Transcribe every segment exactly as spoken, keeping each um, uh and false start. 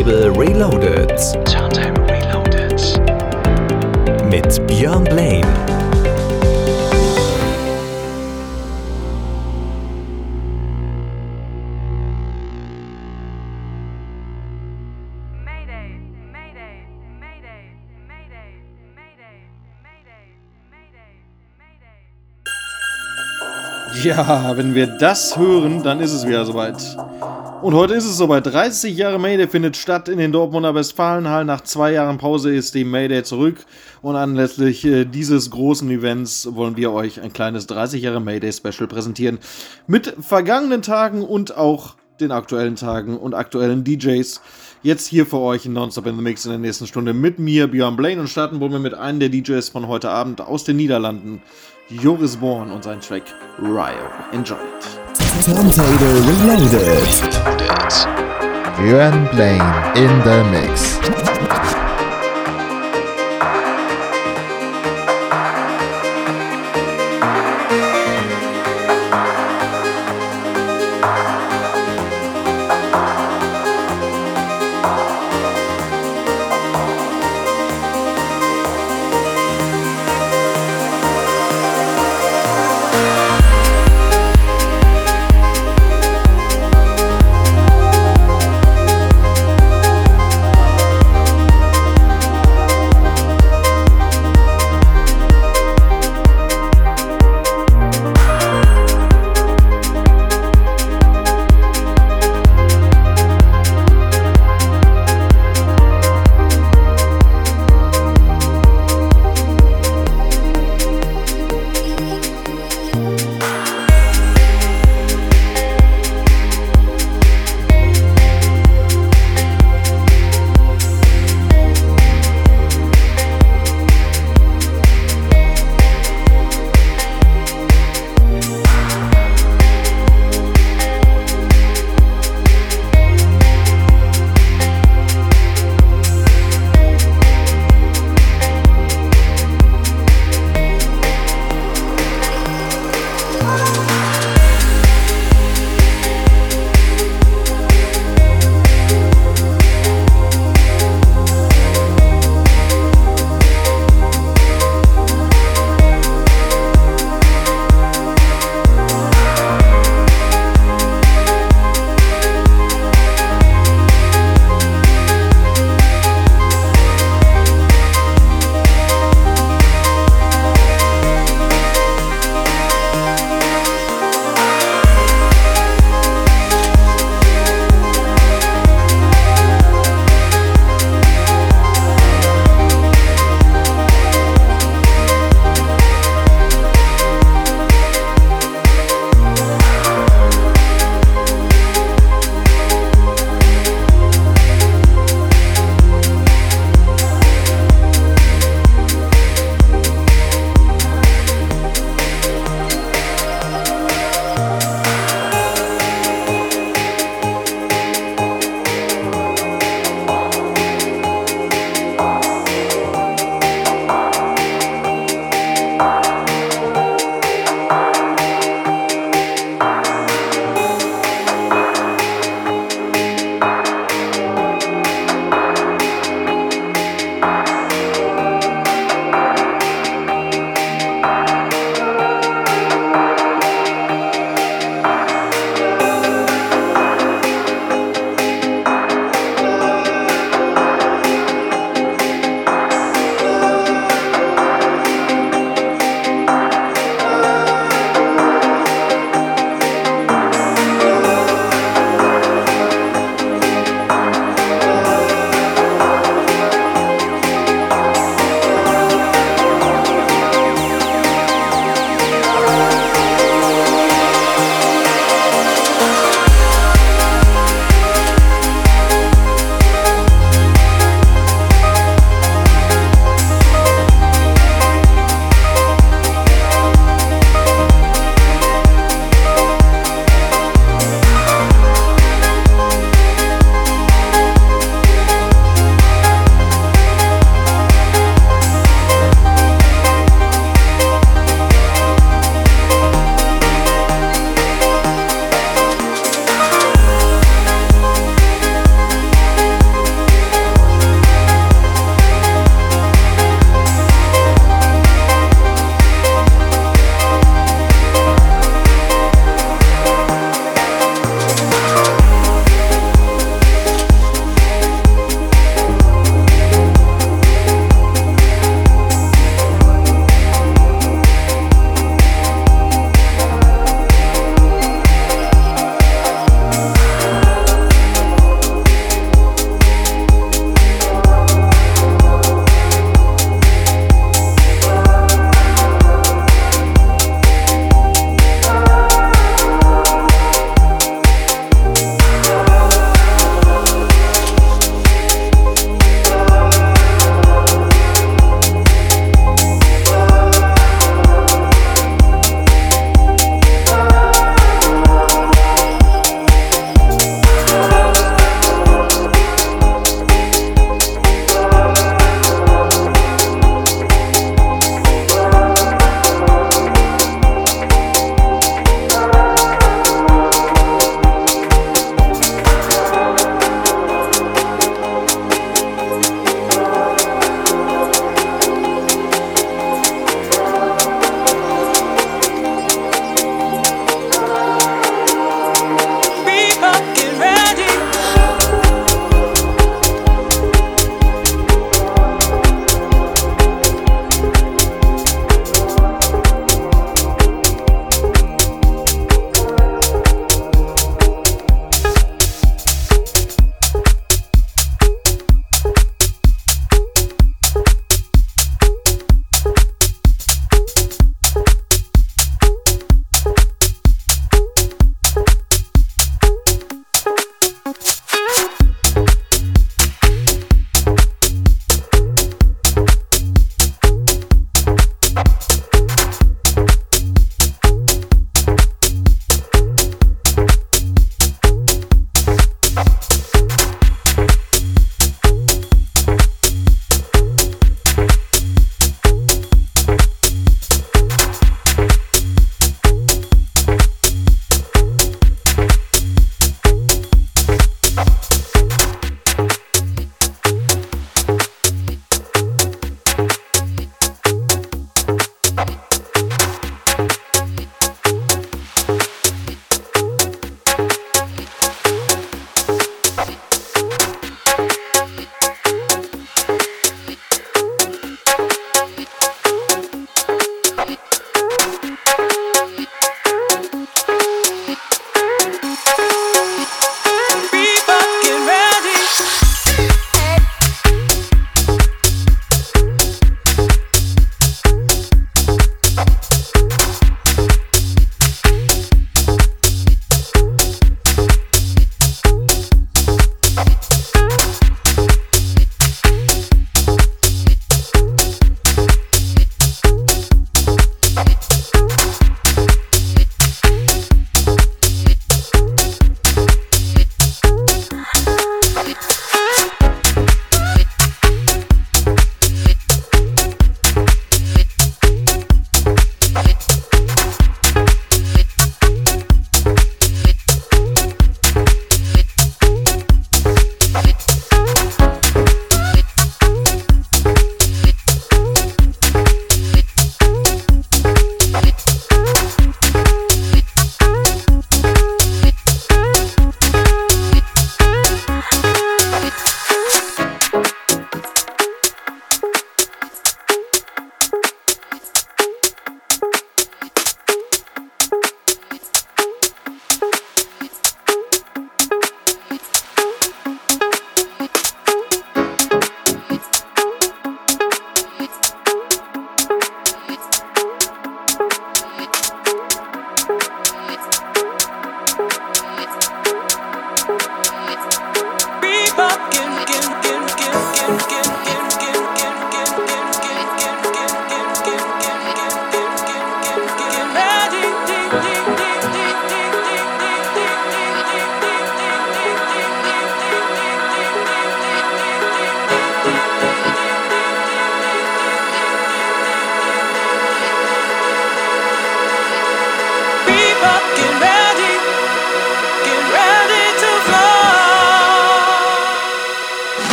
Turntable Reloaded. Turntable Reloaded. Mit Björn Blaine. Ja, wenn wir das hören, dann ist es wieder soweit. Und heute ist es soweit. dreißig Jahre Mayday findet statt in den Dortmunder Westfalenhallen. Nach zwei Jahren Pause ist die Mayday zurück. Und anlässlich äh, dieses großen Events wollen wir euch ein kleines dreißig Jahre Mayday Special präsentieren. Mit vergangenen Tagen und auch den aktuellen Tagen und aktuellen D Js. Jetzt hier für euch in Nonstop in the Mix in der nächsten Stunde mit mir, Björn Blaine. Und starten wollen wir mit einem der D Js von heute Abend aus den Niederlanden. Joris Born und sein Track Rio. Enjoy it. Turntable Reloaded. Björn Blaine in the Mix.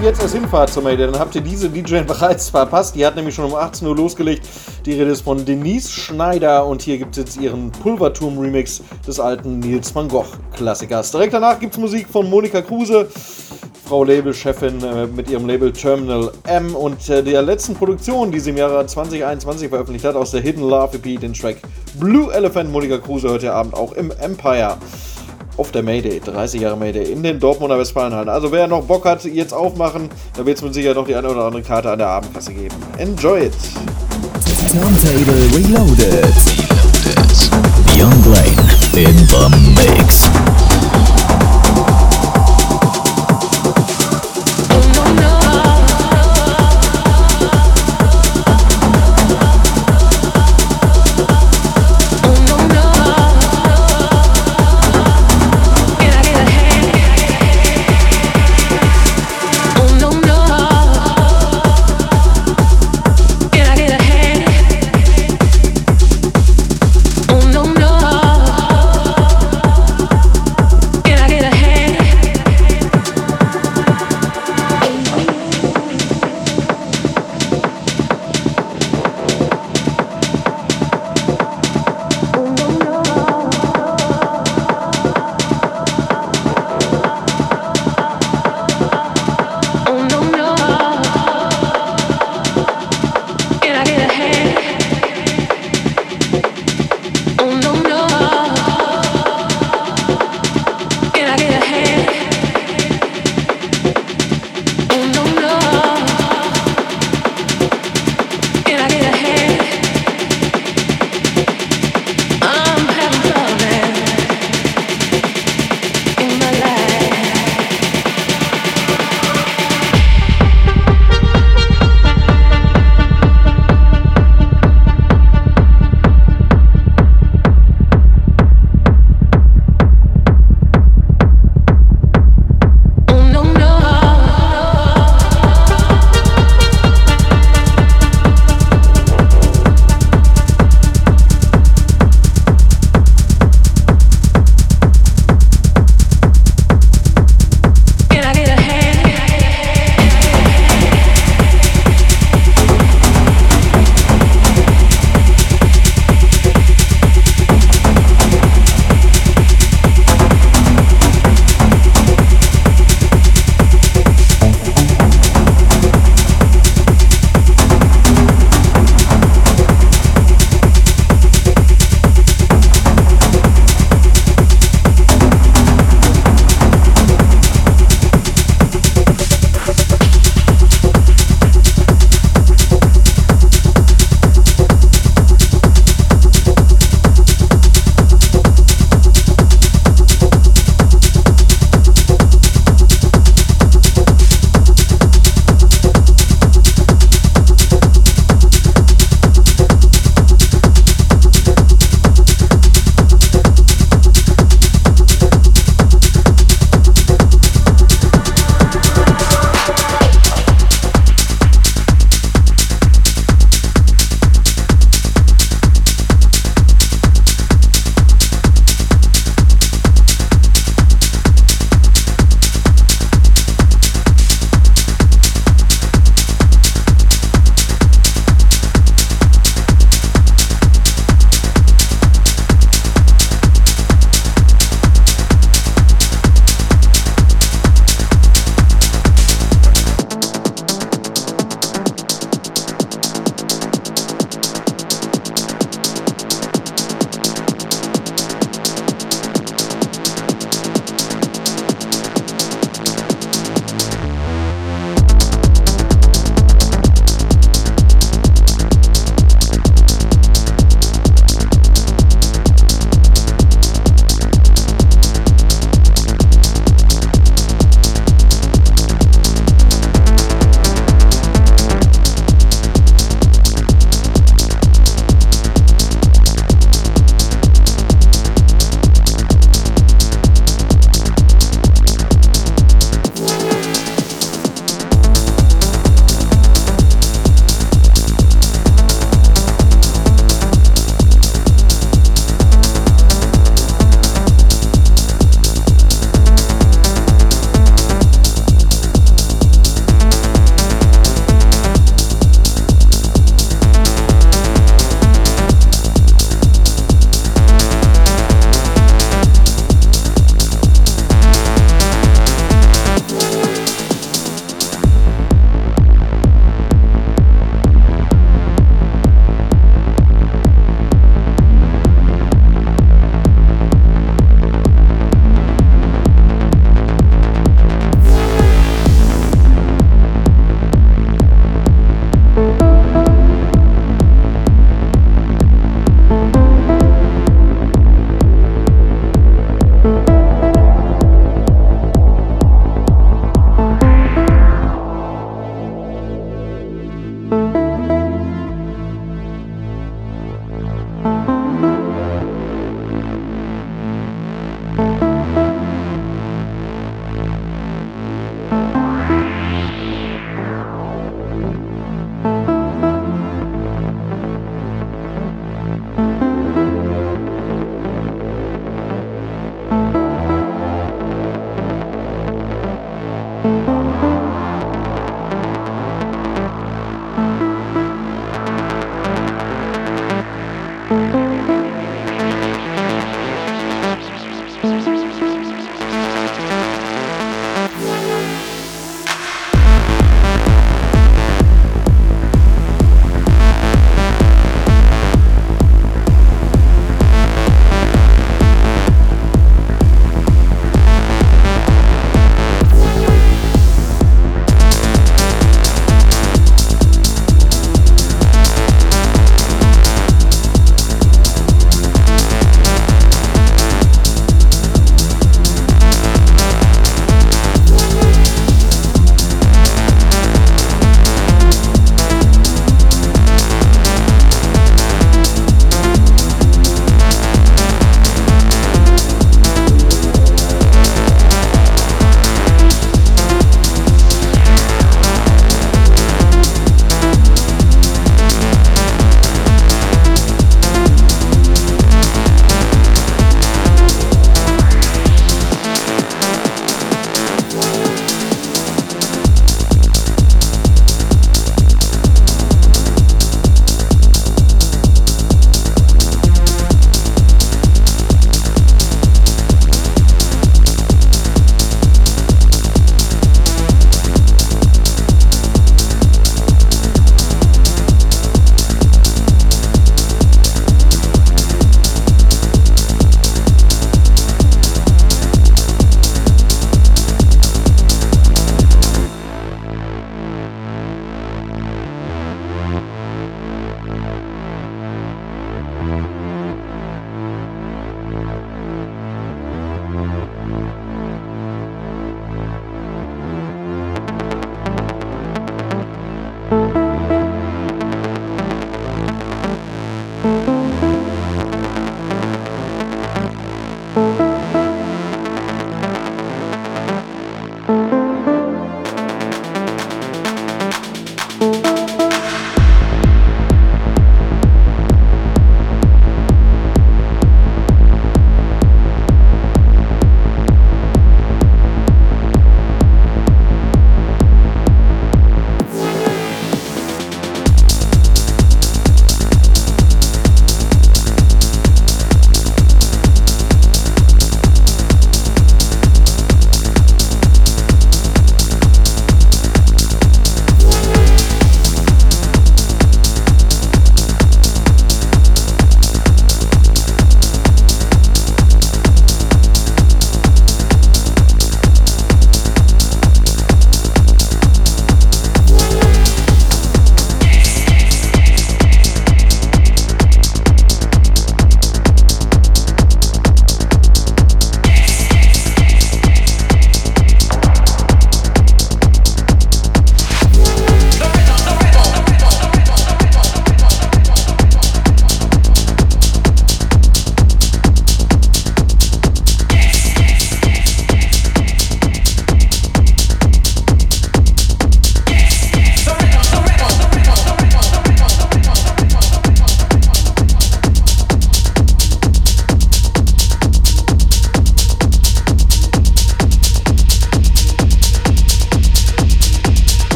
jetzt erst hinfahrt zur Mayday, dann habt ihr diese D J bereits verpasst. Die hat nämlich schon um achtzehn Uhr losgelegt. Die Rede ist von Denise Schneider und hier gibt es jetzt ihren Pulverturm-Remix des alten Nils van Gogh-Klassikers. Direkt danach gibt es Musik von Monika Kruse, Frau Labelchefin äh, mit ihrem Label Terminal M und äh, der letzten Produktion, die sie im Jahre zwanzig einundzwanzig veröffentlicht hat, aus der Hidden Love E P, den Track Blue Elephant. Monika Kruse heute Abend auch im Empire auf der Mayday, dreißig Jahre Mayday in den Dortmunder Westfalenhallen. Also wer noch Bock hat, jetzt aufmachen, da wird es mit Sicherheit noch die eine oder andere Karte an der Abendkasse geben. Enjoy it! Turntable Reloaded. Björn Blaine in the mix. Oh no no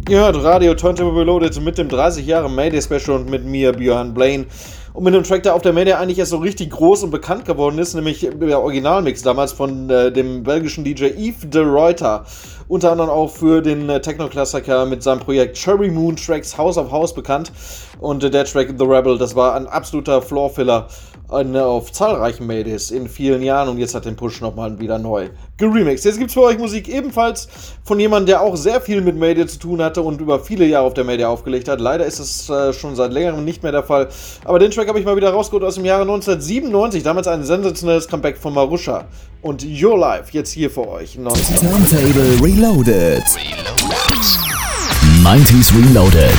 Ihr hört Radio Turntable Reloaded mit dem dreißig Jahre Mayday Special und mit mir, Björn Blaine. Und mit einem Track, der auf der Mayday eigentlich erst so richtig groß und bekannt geworden ist, nämlich der Originalmix damals von äh, dem belgischen D J Yves de Ruyter. Unter anderem auch für den äh, Techno-Klassiker mit seinem Projekt Cherry Moon Tracks House of House bekannt. Und äh, der Track The Rebel, das war ein absoluter Floorfiller äh, auf zahlreichen Maydays in vielen Jahren und jetzt hat den Push nochmal wieder neu geremixed. Jetzt gibt's für euch Musik ebenfalls von jemandem, der auch sehr viel mit Mayday zu tun hatte und über viele Jahre auf der Mayday aufgelegt hat. Leider ist es äh, schon seit längerem nicht mehr der Fall. Aber den Track habe ich mal wieder rausgeholt aus dem Jahre neunzehnhundertsiebenundneunzig. Damals ein sensationelles Comeback von Marusha. Und Your Life jetzt hier für euch. Turntable Reloaded. nineties Reloaded.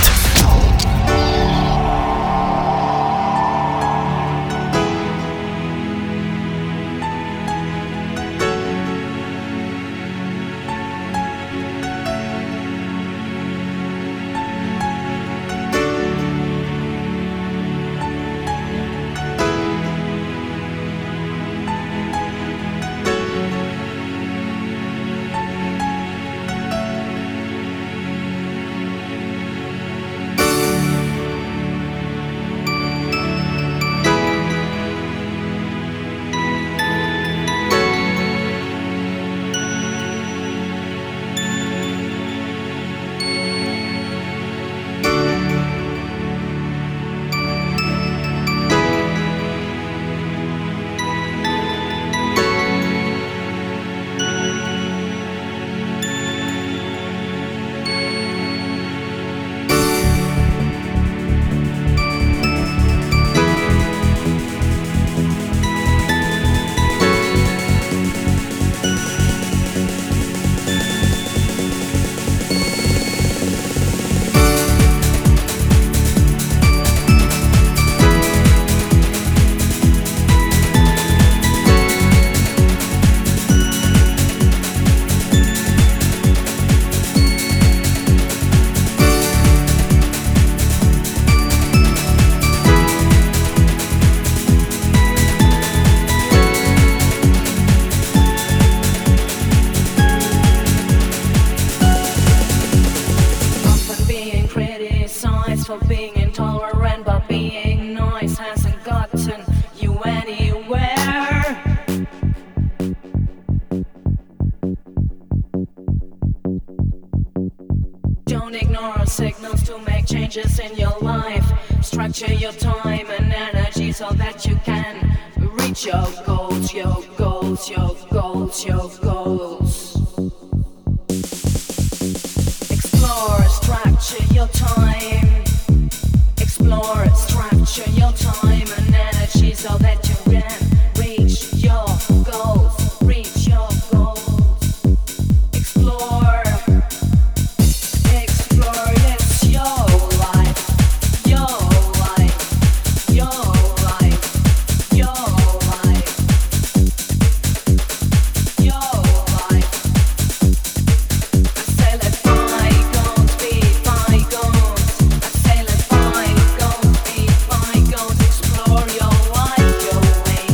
Explore your life your way.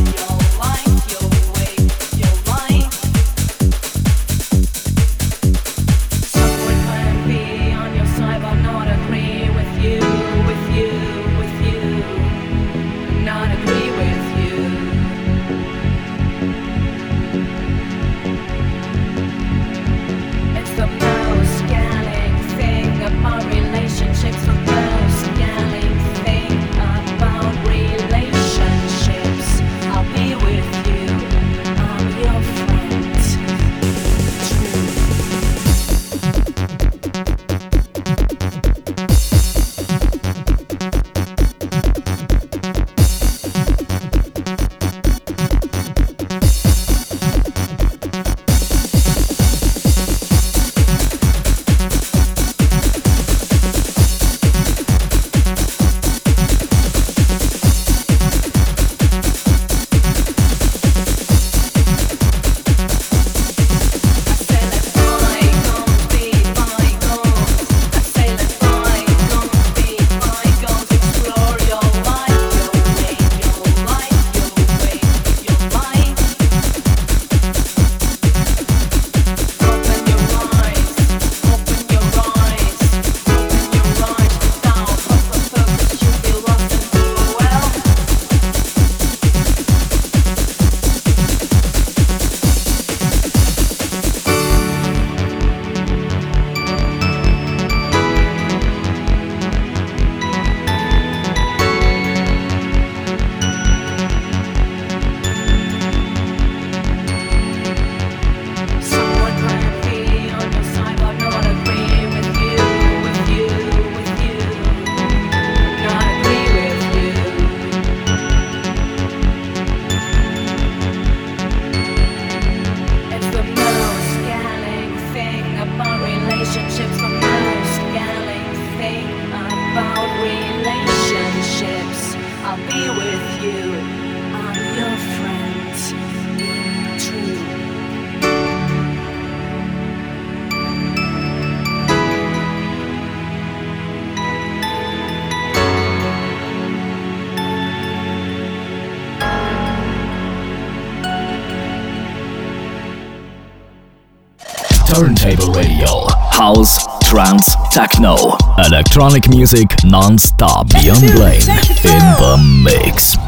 Turntable Radio. House, trance, techno. Electronic music non-stop. Beyond Blaine in the mix.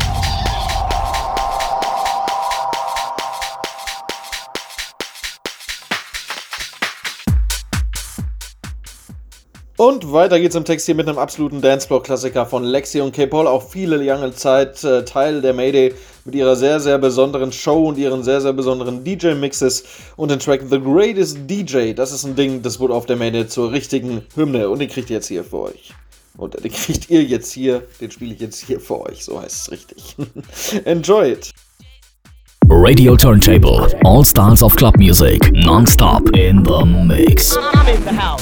Und weiter geht's im Text hier mit einem absoluten Dancefloor-Klassiker von Lexi und K-Paul. Auch viele lange Zeit äh, Teil der Mayday mit ihrer sehr, sehr besonderen Show und ihren sehr, sehr besonderen D J-Mixes und den Track The Greatest D J. Das ist ein Ding, das wurde auf der Mayday zur richtigen Hymne und den kriegt ihr jetzt hier für euch. Und den kriegt ihr jetzt hier, den spiele ich jetzt hier für euch, so heißt es richtig. Enjoy it! Radio Turntable. All styles of club music. Non-stop in the mix. I'm in the house.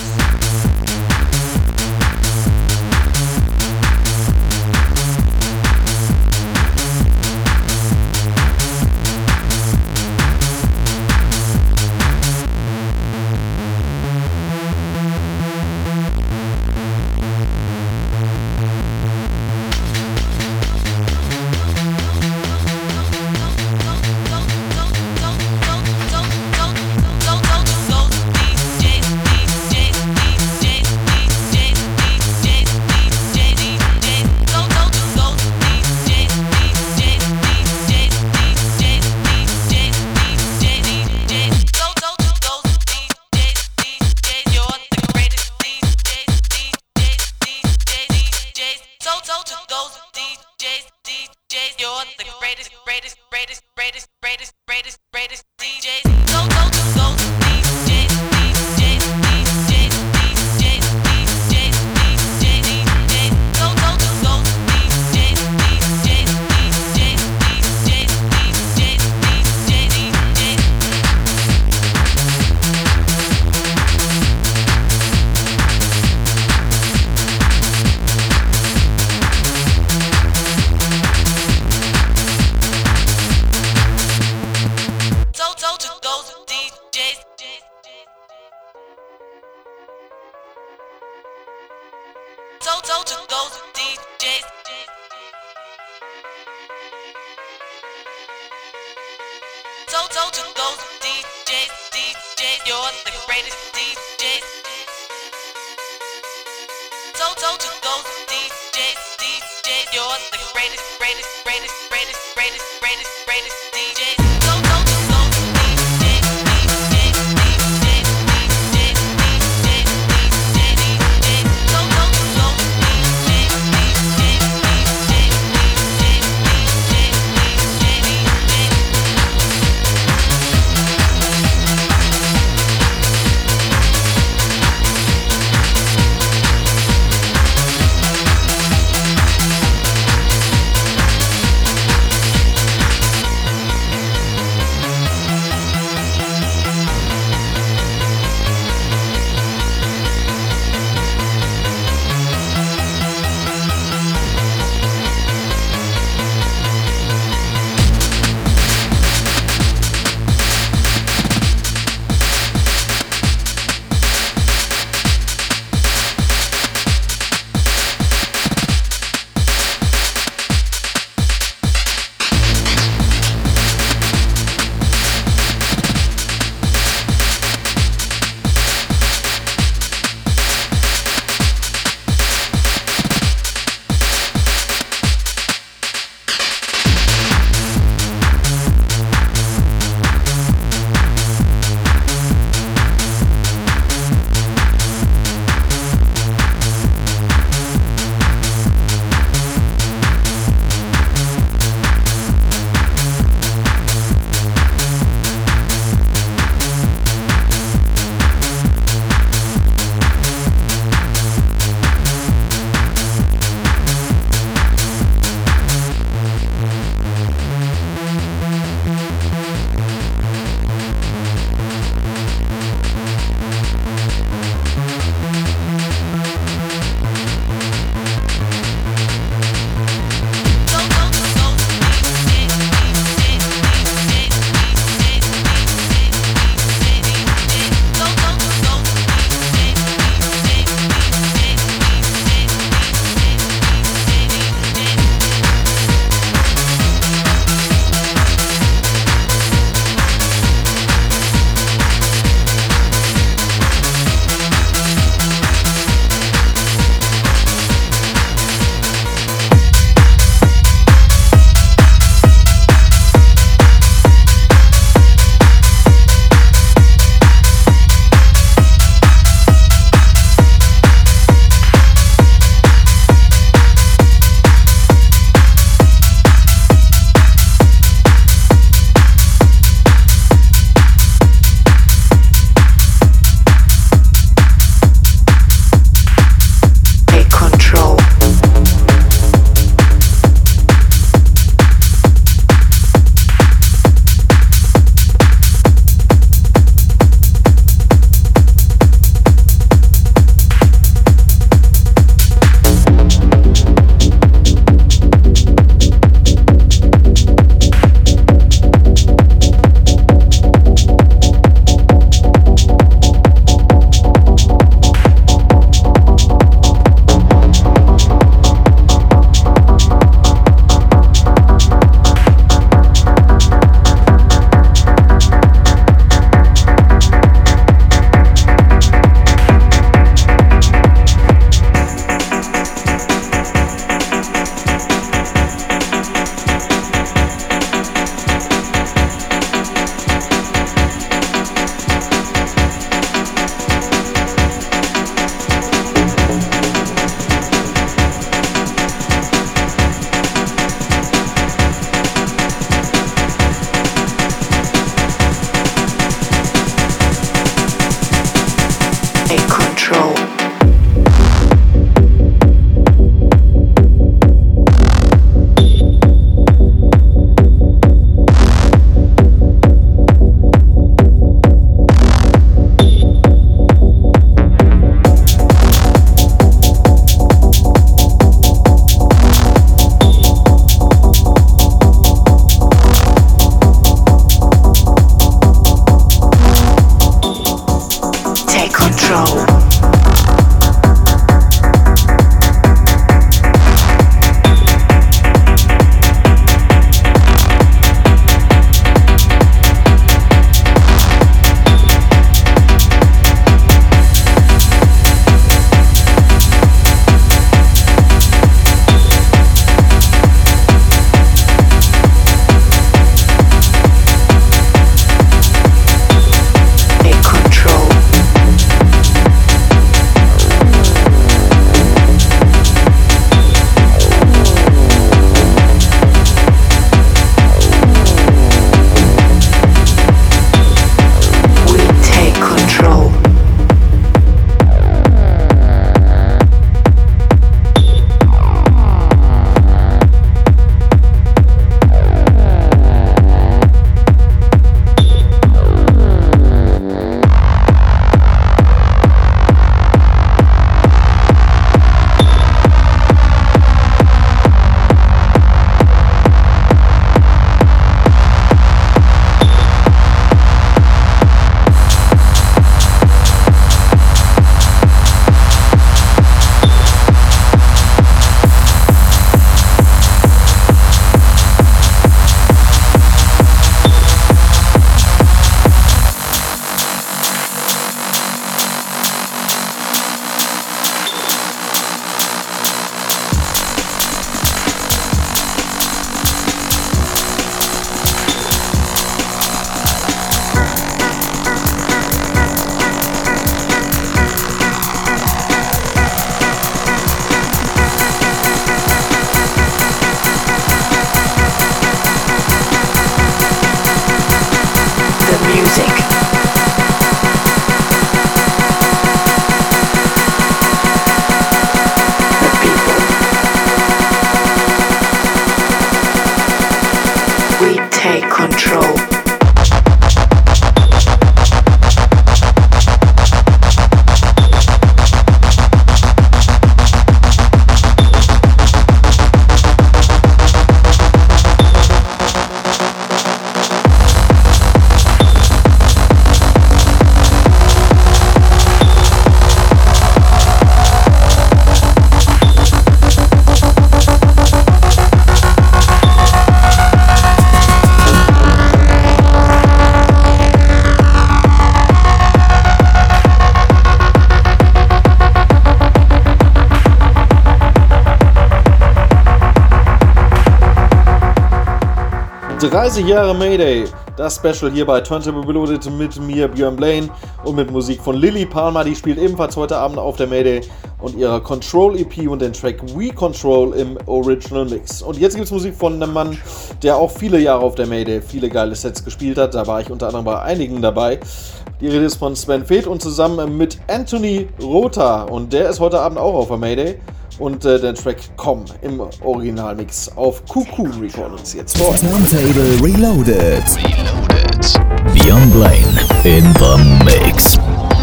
dreißig Jahre Mayday, das Special hier bei Turntable Reloaded mit mir, Björn Blaine, und mit Musik von Lily Palmer, die spielt ebenfalls heute Abend auf der Mayday und ihrer Control E P und den Track We Control im Original Mix. Und jetzt gibt es Musik von einem Mann, der auch viele Jahre auf der Mayday viele geile Sets gespielt hat, da war ich unter anderem bei einigen dabei. Die Rede ist von Sven Feth und zusammen mit Anthony Rota, und der ist heute Abend auch auf der Mayday. Und äh, der Track Komm im Originalmix auf Kuku Recordings jetzt vor. Turntable Reloaded. Reloaded. Björn Blaine in the Mix.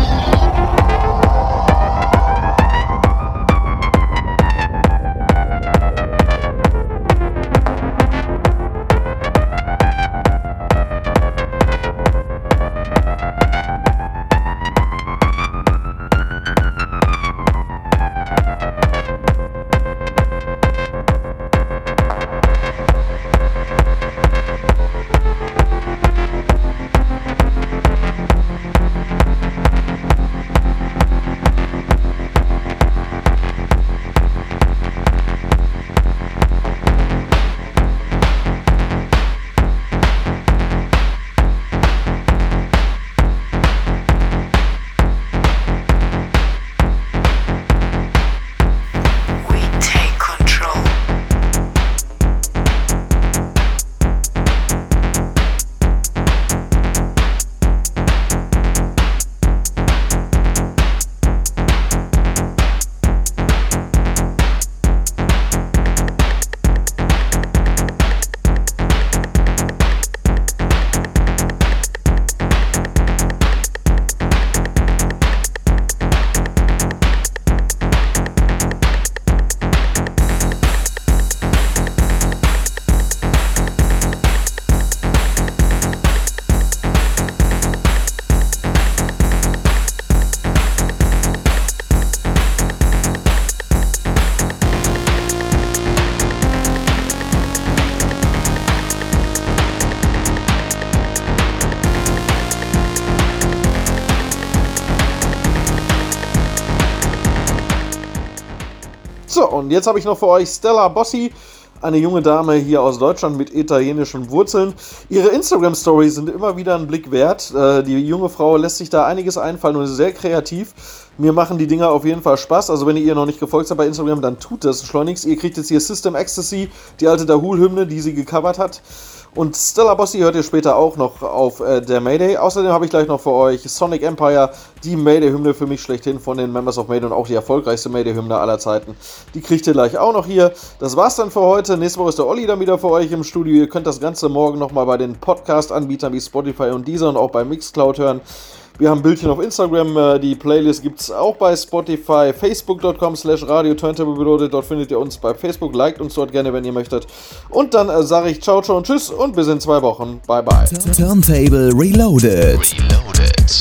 So, und jetzt habe ich noch für euch Stella Bossi, eine junge Dame hier aus Deutschland mit italienischen Wurzeln. Ihre Instagram-Stories sind immer wieder einen Blick wert. Die junge Frau lässt sich da einiges einfallen und ist sehr kreativ. Mir machen die Dinger auf jeden Fall Spaß. Also wenn ihr ihr noch nicht gefolgt seid bei Instagram, dann tut das schleunigst. Ihr kriegt jetzt hier System Ecstasy, die alte Dahul-Hymne, die sie gecovert hat. Und Stella Bossi hört ihr später auch noch auf äh, der Mayday. Außerdem habe ich gleich noch für euch Sonic Empire, die Mayday-Hymne für mich schlechthin von den Members of Mayday und auch die erfolgreichste Mayday-Hymne aller Zeiten. Die kriegt ihr gleich auch noch hier. Das war's dann für heute. Nächste Woche ist der Olli dann wieder für euch im Studio. Ihr könnt das Ganze morgen nochmal bei den Podcast-Anbietern wie Spotify und Deezer und auch bei Mixcloud hören. Wir haben Bildchen auf Instagram, die Playlist gibt es auch bei Spotify, facebook punkt com slash radio turntable reloaded, dort findet ihr uns bei Facebook, liked uns dort gerne, wenn ihr möchtet. Und dann äh, sage ich ciao, ciao und tschüss und bis in zwei Wochen. Bye, bye. Turntable Reloaded. Reloaded.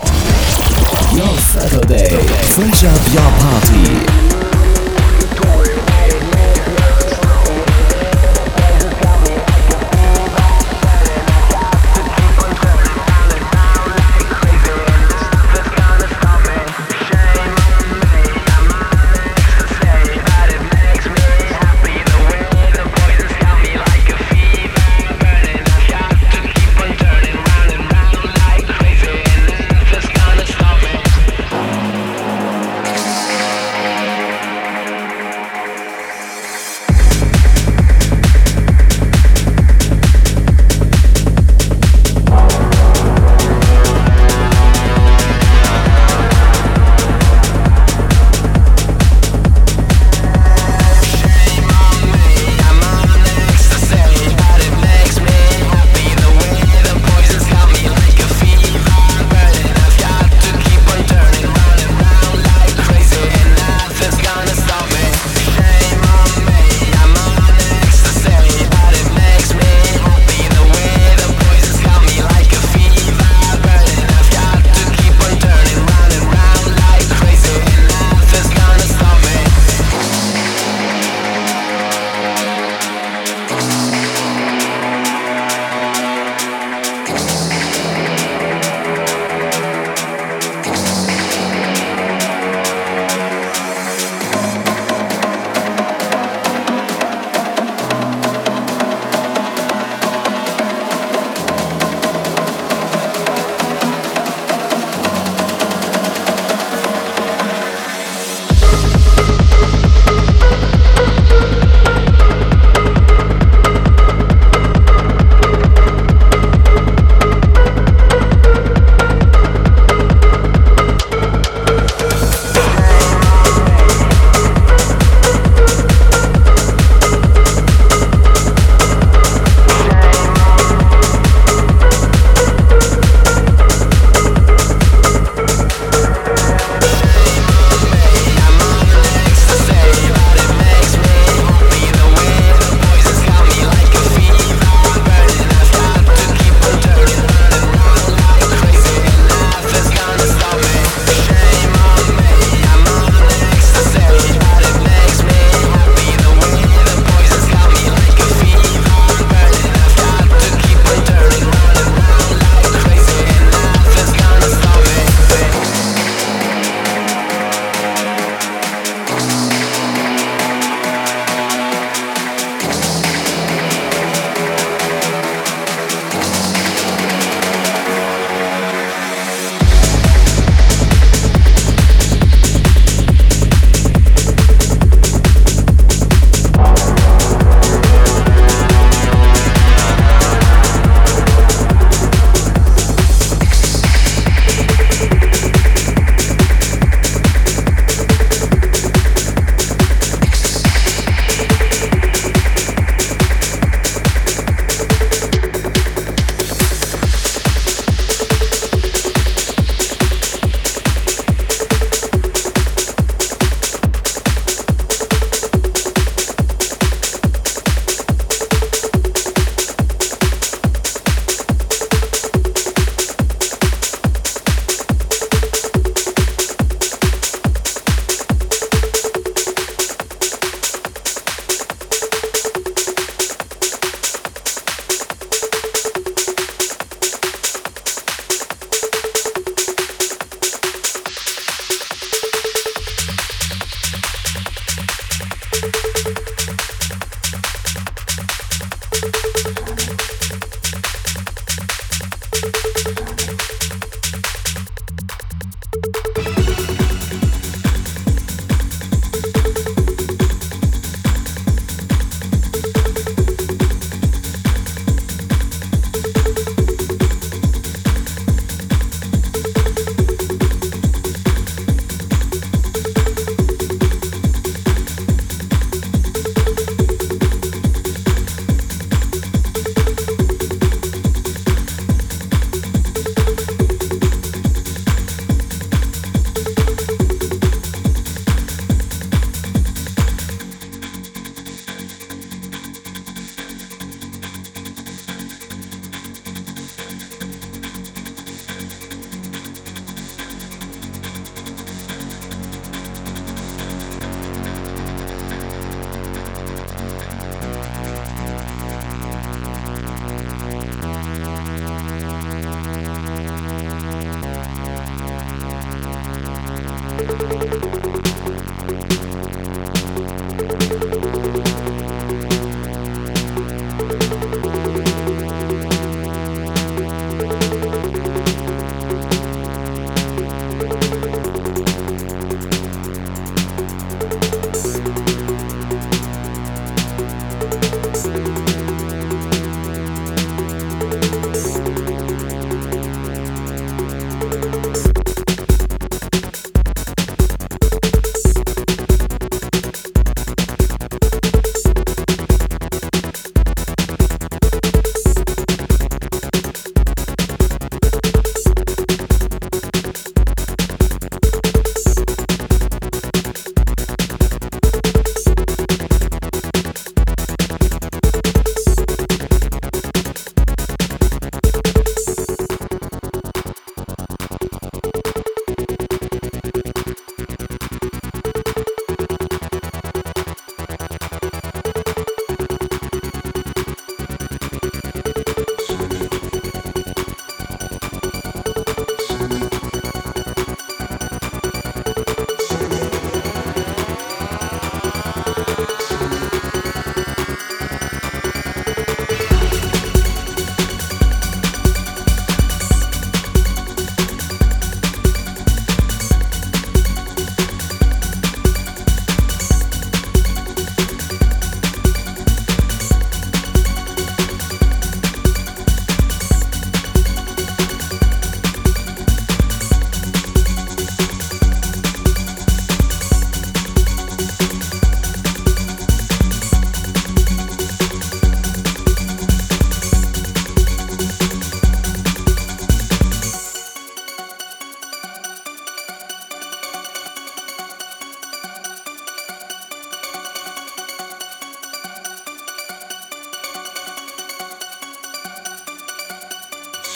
Your, your Saturday. Switch up your party.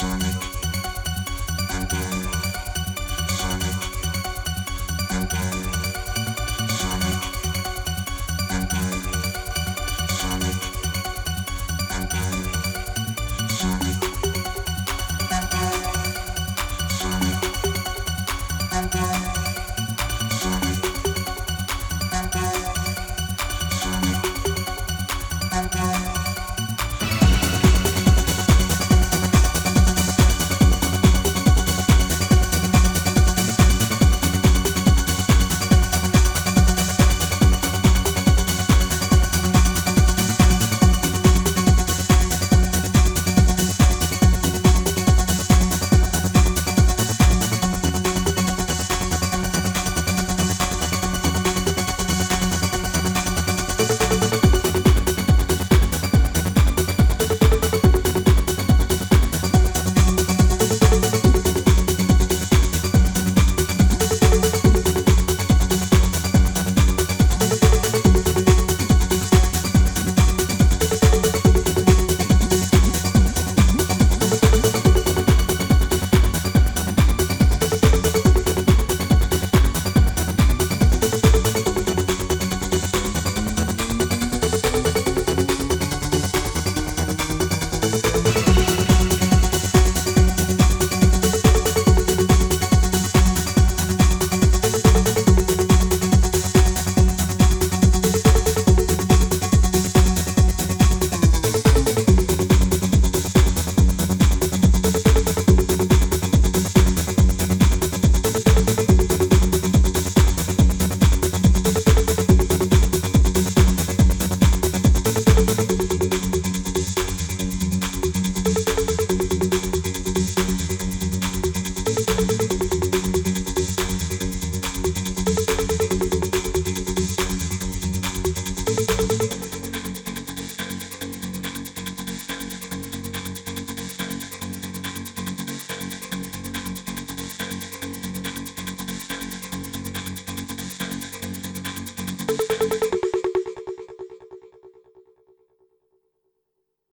Thank